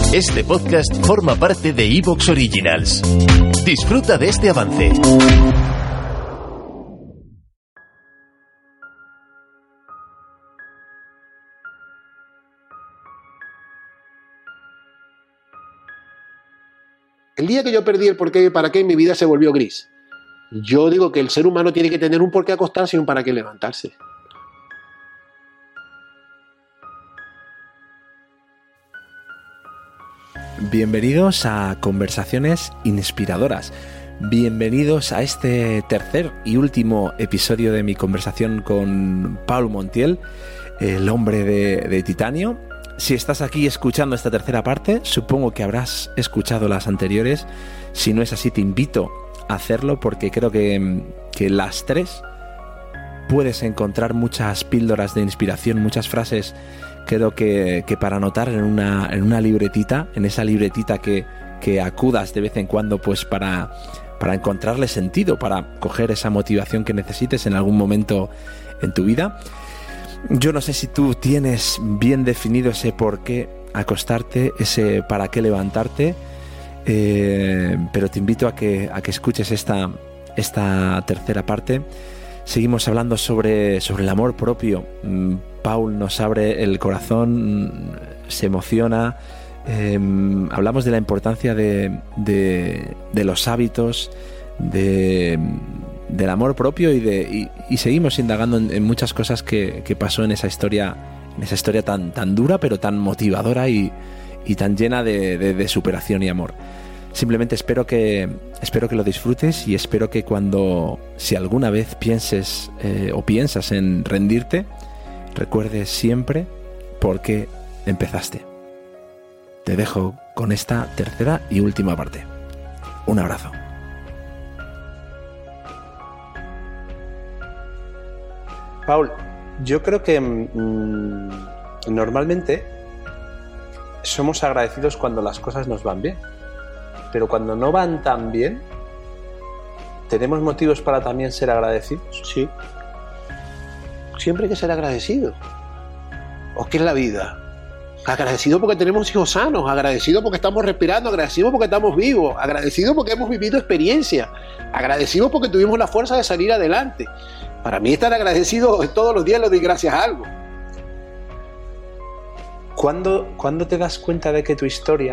Este podcast forma parte de Evox Originals. Disfruta de este avance. El día que yo perdí el porqué y para qué, mi vida se volvió gris. Yo digo que el ser humano tiene que tener un porqué acostarse y un para qué levantarse. Bienvenidos a Conversaciones Inspiradoras. Bienvenidos a este tercer y último episodio de mi conversación con Paul Montiel, el hombre de titanio. Si estás aquí escuchando esta tercera parte, supongo que habrás escuchado las anteriores. Si no es así, te invito a hacerlo porque creo que las tres puedes encontrar muchas píldoras de inspiración, muchas frases. Creo que para anotar en una libretita, en esa libretita que acudas de vez en cuando pues para encontrarle sentido, para coger esa motivación que necesites en algún momento en tu vida. Yo no sé si tú tienes bien definido ese por qué acostarte, ese para qué levantarte, pero te invito a que escuches esta tercera parte. Seguimos hablando sobre el amor propio. Paul nos abre el corazón, se emociona. Hablamos de la importancia de los hábitos, del amor propio y seguimos indagando en muchas cosas que pasó en esa historia tan dura, pero tan motivadora y tan llena de superación y amor. Simplemente espero que lo disfrutes y espero que si alguna vez pienses o piensas en rendirte, recuerdes siempre por qué empezaste. Te dejo con esta tercera y última parte. Un abrazo. Paul, yo creo que normalmente somos agradecidos cuando las cosas nos van bien, pero cuando no van tan bien, ¿tenemos motivos para también ser agradecidos? Sí. Siempre hay que ser agradecido. ¿O qué es la vida? Agradecido porque tenemos hijos sanos, agradecido porque estamos respirando, agradecido porque estamos vivos, agradecido porque hemos vivido experiencia, agradecido porque tuvimos la fuerza de salir adelante. Para mí estar agradecido todos los días le doy gracias a algo. ¿Cuándo te das cuenta de que tu historia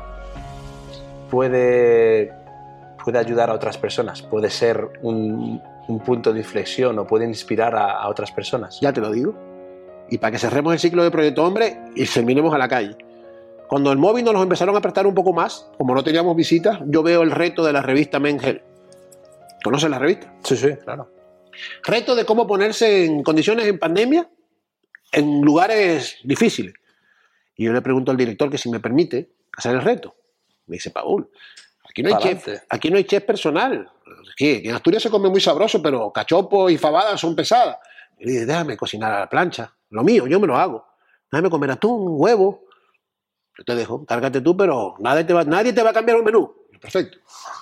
puede ayudar a otras personas? Puede ser un punto de inflexión o puede inspirar a otras personas. Ya te lo digo. Y para que cerremos el ciclo de Proyecto Hombre y terminemos a la calle. Cuando el móvil nos empezaron a prestar un poco más, como no teníamos visitas, yo veo el reto de la revista Men's Health. ¿Conoces la revista? Sí, claro. Reto de cómo ponerse en condiciones en pandemia en lugares difíciles. Y yo le pregunto al director que si me permite hacer el reto. Me dice, Paul, aquí no hay chef personal. En Asturias se come muy sabroso, pero cachopo y fabada son pesadas. Y le dije, déjame cocinar a la plancha. Lo mío, yo me lo hago. Déjame comer atún, huevo. Yo te dejo, cárgate tú, pero nadie te va a cambiar un menú. Perfecto.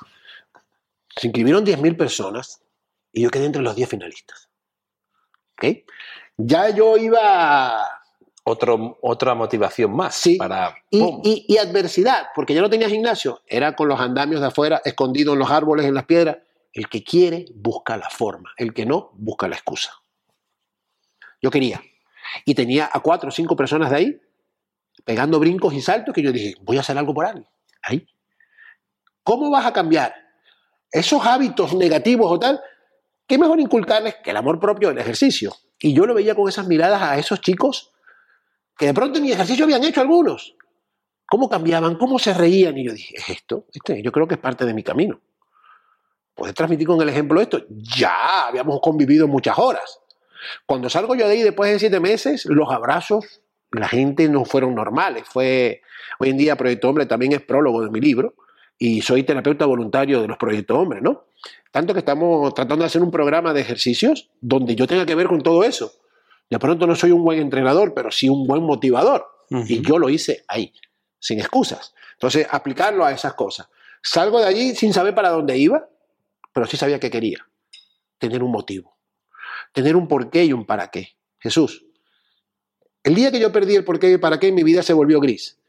Se inscribieron 10.000 personas y yo quedé entre los 10 finalistas. ¿Ok? Ya yo iba... Otra motivación más. Sí, para y adversidad, porque ya no tenía gimnasio. Era con los andamios de afuera, escondido en los árboles, en las piedras. El que quiere, busca la forma. El que no, busca la excusa. Yo quería. Y tenía a 4 o 5 personas de ahí, pegando brincos y saltos, que yo dije, voy a hacer algo por alguien. Ahí. ¿Cómo vas a cambiar esos hábitos negativos o tal? ¿Qué mejor inculcarles que el amor propio del ejercicio? Y yo lo veía con esas miradas a esos chicos que de pronto ni ejercicio habían hecho algunos. ¿Cómo cambiaban? ¿Cómo se reían? Y yo dije, yo creo que es parte de mi camino. ¿Puedes transmitir con el ejemplo esto? Ya habíamos convivido muchas horas. Cuando salgo yo de ahí después de 7 meses, los abrazos, la gente no fueron normales. Hoy en día Proyecto Hombre también es prólogo de mi libro y soy terapeuta voluntario de los Proyecto Hombre, ¿no? Tanto que estamos tratando de hacer un programa de ejercicios donde yo tenga que ver con todo eso. De pronto no soy un buen entrenador, pero sí un buen motivador. Uh-huh. Y yo lo hice ahí, sin excusas. Entonces, aplicarlo a esas cosas. Salgo de allí sin saber para dónde iba, pero sí sabía que quería. Tener un motivo. Tener un porqué y un para qué. Jesús, el día que yo perdí el porqué y para qué, mi vida se volvió gris.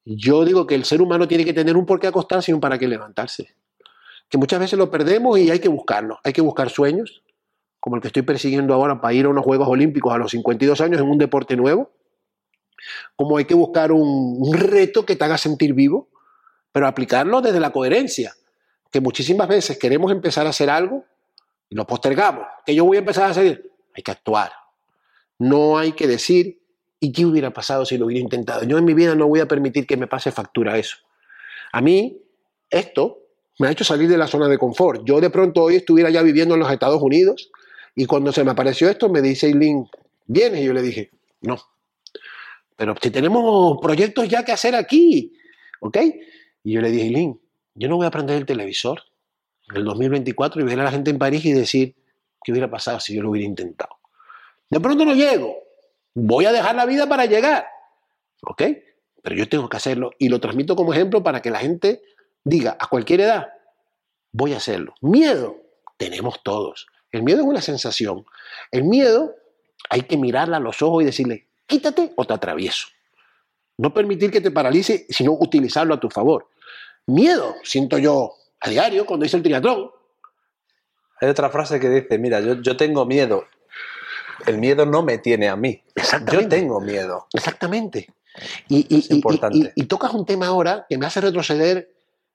Yo digo que el ser humano tiene que tener un por qué acostarse y un para qué levantarse. Que muchas veces lo perdemos y hay que buscarlo. Hay que buscar sueños, como el que estoy persiguiendo ahora para ir a unos Juegos Olímpicos a los 52 años en un deporte nuevo. Como hay que buscar un reto que te haga sentir vivo, pero aplicarlo desde la coherencia. Que muchísimas veces queremos empezar a hacer algo y lo postergamos. Que yo voy a empezar a hacer, hay que actuar. No hay que decir, ¿y qué hubiera pasado si lo hubiera intentado? Yo en mi vida no voy a permitir que me pase factura eso. A mí, esto me ha hecho salir de la zona de confort. Yo de pronto hoy estuviera ya viviendo en los Estados Unidos y cuando se me apareció esto me dice Eileen, ¿vienes? Y yo le dije, no. Pero si tenemos proyectos ya que hacer aquí, ¿ok? Y yo le dije, Eileen, yo no voy a prender el televisor en el 2024 y ver a la gente en París y decir, ¿qué hubiera pasado si yo lo hubiera intentado? De pronto no llego. Voy a dejar la vida para llegar, ¿ok? Pero yo tengo que hacerlo y lo transmito como ejemplo para que la gente diga a cualquier edad, voy a hacerlo. Miedo, tenemos todos. El miedo es una sensación. El miedo hay que mirarla a los ojos y decirle, quítate o te atravieso. No permitir que te paralice, sino utilizarlo a tu favor. Miedo, siento yo a diario cuando hice el triatlón. Hay otra frase que dice, mira, yo tengo miedo. El miedo no me tiene a mí. Yo tengo miedo. Exactamente. Es importante. Y tocas un tema ahora que me hace retroceder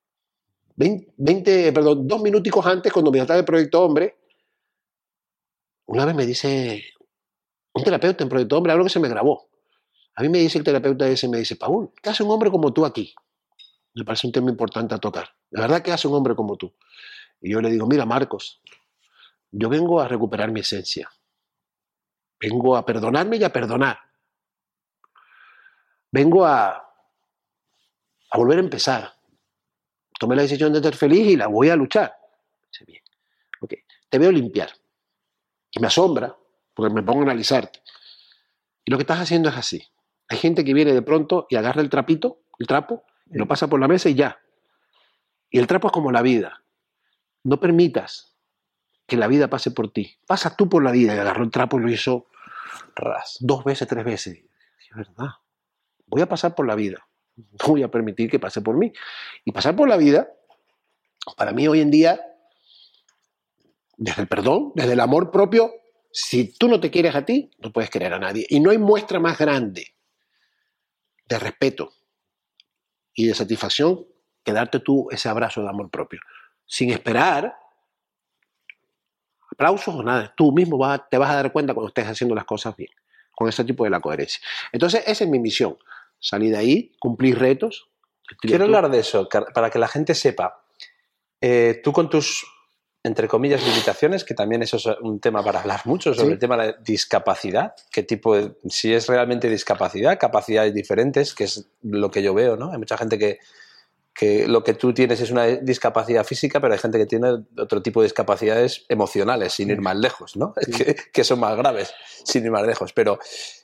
2 minuticos antes, cuando me trataba del Proyecto Hombre. Una vez me dice un terapeuta en Proyecto Hombre, algo que se me grabó. A mí me dice el terapeuta ese, me dice, Paul, ¿qué hace un hombre como tú aquí? Me parece un tema importante a tocar. De verdad, ¿qué hace un hombre como tú? Y yo le digo, mira, Marcos, yo vengo a recuperar mi esencia. Vengo a perdonarme y a perdonar. Vengo a volver a empezar. Tomé la decisión de ser feliz y la voy a luchar. Dice, bien. Okay. Te veo limpiar. Y me asombra, porque me pongo a analizarte. Y lo que estás haciendo es así. Hay gente que viene de pronto y agarra el trapo, y lo pasa por la mesa y ya. Y el trapo es como la vida. No permitas que la vida pase por ti. Pasa tú por la vida. Y agarró el trapo y lo hizo 2 veces, 3 veces. Es verdad. Voy a pasar por la vida. No voy a permitir que pase por mí. Y pasar por la vida, para mí hoy en día, desde el perdón, desde el amor propio, si tú no te quieres a ti, no puedes querer a nadie. Y no hay muestra más grande de respeto y de satisfacción que darte tú ese abrazo de amor propio. Sin esperar aplausos o nada. Tú mismo te vas a dar cuenta cuando estés haciendo las cosas bien, con ese tipo de la coherencia. Entonces, esa es mi misión. Salir de ahí, cumplir retos. Quiero hablar de eso, para que la gente sepa. Tú con tus, entre comillas, limitaciones, que también eso es un tema para hablar mucho, sobre el tema de la discapacidad, qué tipo si es realmente discapacidad, capacidades diferentes, que es lo que yo veo, ¿no? Hay mucha gente que lo que tú tienes es una discapacidad física, pero hay gente que tiene otro tipo de discapacidades emocionales, sin ir más lejos, ¿no? Sí. Que son más graves, sin ir más lejos. Pero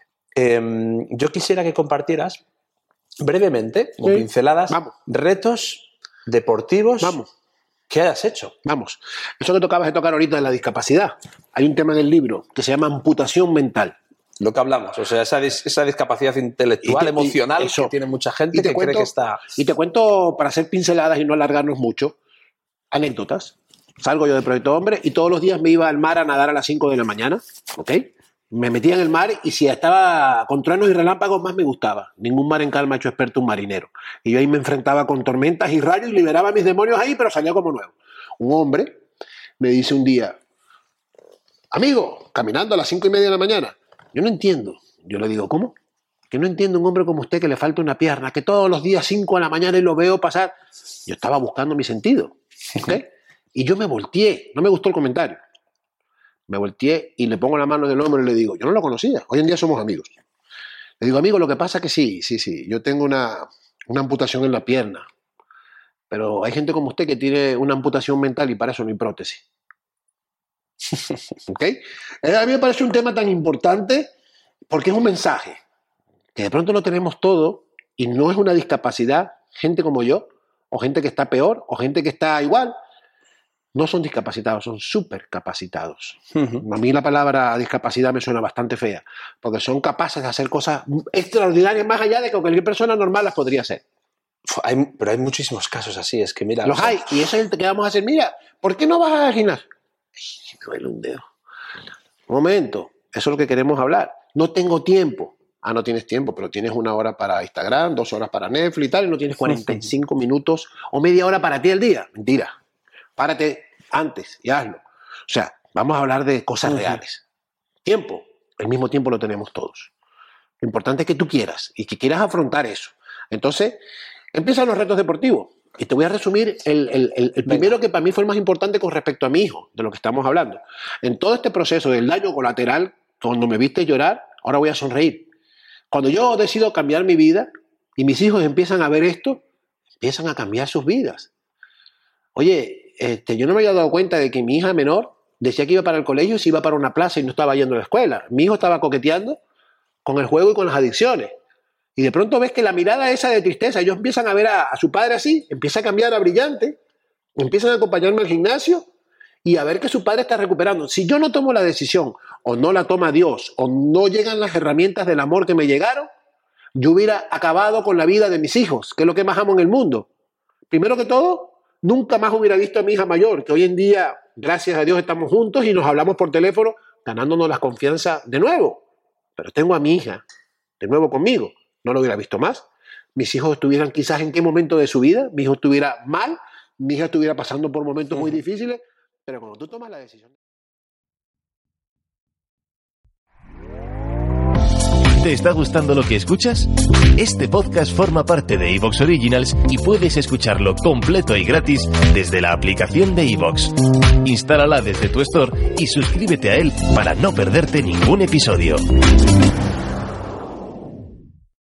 yo quisiera que compartieras brevemente, con pinceladas, retos deportivos que hayas hecho. Vamos. Eso que tocabas de tocar ahorita de la discapacidad. Hay un tema en el libro que se llama amputación mental. Lo que hablamos, o sea, esa discapacidad intelectual, emocional, que tiene mucha gente que cree que está... Y te cuento, para hacer pinceladas y no alargarnos mucho, anécdotas. Salgo yo de Proyecto Hombre y todos los días me iba al mar a nadar a las 5 de la mañana, ¿ok? Me metía en el mar y si estaba con truenos y relámpagos más me gustaba. Ningún mar en calma ha hecho experto un marinero. Y yo ahí me enfrentaba con tormentas y rayos y liberaba a mis demonios ahí, pero salía como nuevo. Un hombre me dice un día, amigo, caminando a las 5:30 de la mañana, yo no entiendo. Yo le digo, ¿cómo? Que no entiendo un hombre como usted que le falta una pierna, que todos los días 5 de la mañana y lo veo pasar. Yo estaba buscando mi sentido, ¿ok? Y yo me volteé, no me gustó el comentario. Me volteé y le pongo la mano en el hombro y le digo, yo no lo conocía, hoy en día somos amigos. Le digo, amigo, lo que pasa es que sí, yo tengo una amputación en la pierna, pero hay gente como usted que tiene una amputación mental y para eso no hay prótesis. ¿Ok? A mí me parece un tema tan importante porque es un mensaje que de pronto lo tenemos todo y no es una discapacidad. Gente como yo, o gente que está peor, o gente que está igual, no son discapacitados, son supercapacitados. A mí la palabra discapacidad me suena bastante fea, porque son capaces de hacer cosas extraordinarias más allá de que cualquier persona normal las podría hacer. Pero hay muchísimos casos así, es que mira... Los hay, y eso es el que vamos a hacer. Mira, ¿por qué no vas al gimnasio? Ay, me duele un dedo. Un momento, eso es lo que queremos hablar. No tengo tiempo. Ah, no tienes tiempo, pero tienes 1 hora para Instagram, 2 horas para Netflix y tal, y no tienes 45 minutos o media hora para ti al día. Mentira. Párate antes y hazlo. O sea, vamos a hablar de cosas reales. Tiempo, el mismo tiempo lo tenemos todos. Lo importante es que tú quieras y que quieras afrontar eso. Entonces, empiezan los retos deportivos. Y te voy a resumir el primero que para mí fue el más importante con respecto a mi hijo, de lo que estamos hablando. En todo este proceso del daño colateral, cuando me viste llorar, ahora voy a sonreír. Cuando yo decido cambiar mi vida y mis hijos empiezan a ver esto, empiezan a cambiar sus vidas. Oye, yo no me había dado cuenta de que mi hija menor decía que iba para el colegio y se iba para una plaza y no estaba yendo a la escuela. Mi hijo estaba coqueteando con el juego y con las adicciones. Y de pronto ves que la mirada esa de tristeza, ellos empiezan a ver a su padre así, empieza a cambiar a brillante, empiezan a acompañarme al gimnasio y a ver que su padre está recuperando. Si yo no tomo la decisión, o no la toma Dios, o no llegan las herramientas del amor que me llegaron, yo hubiera acabado con la vida de mis hijos, que es lo que más amo en el mundo. Primero que todo, nunca más hubiera visto a mi hija mayor, que hoy en día, gracias a Dios, estamos juntos y nos hablamos por teléfono, ganándonos la confianza de nuevo. Pero tengo a mi hija de nuevo conmigo. No lo hubiera visto más. Mis hijos estuvieran quizás en qué momento de su vida, mi hijo estuviera mal, mi hija estuviera pasando por momentos muy difíciles, pero cuando tú tomas la decisión... ¿Te está gustando lo que escuchas? Este podcast forma parte de Evox Originals y puedes escucharlo completo y gratis desde la aplicación de Evox. Instálala desde tu store y suscríbete a él para no perderte ningún episodio.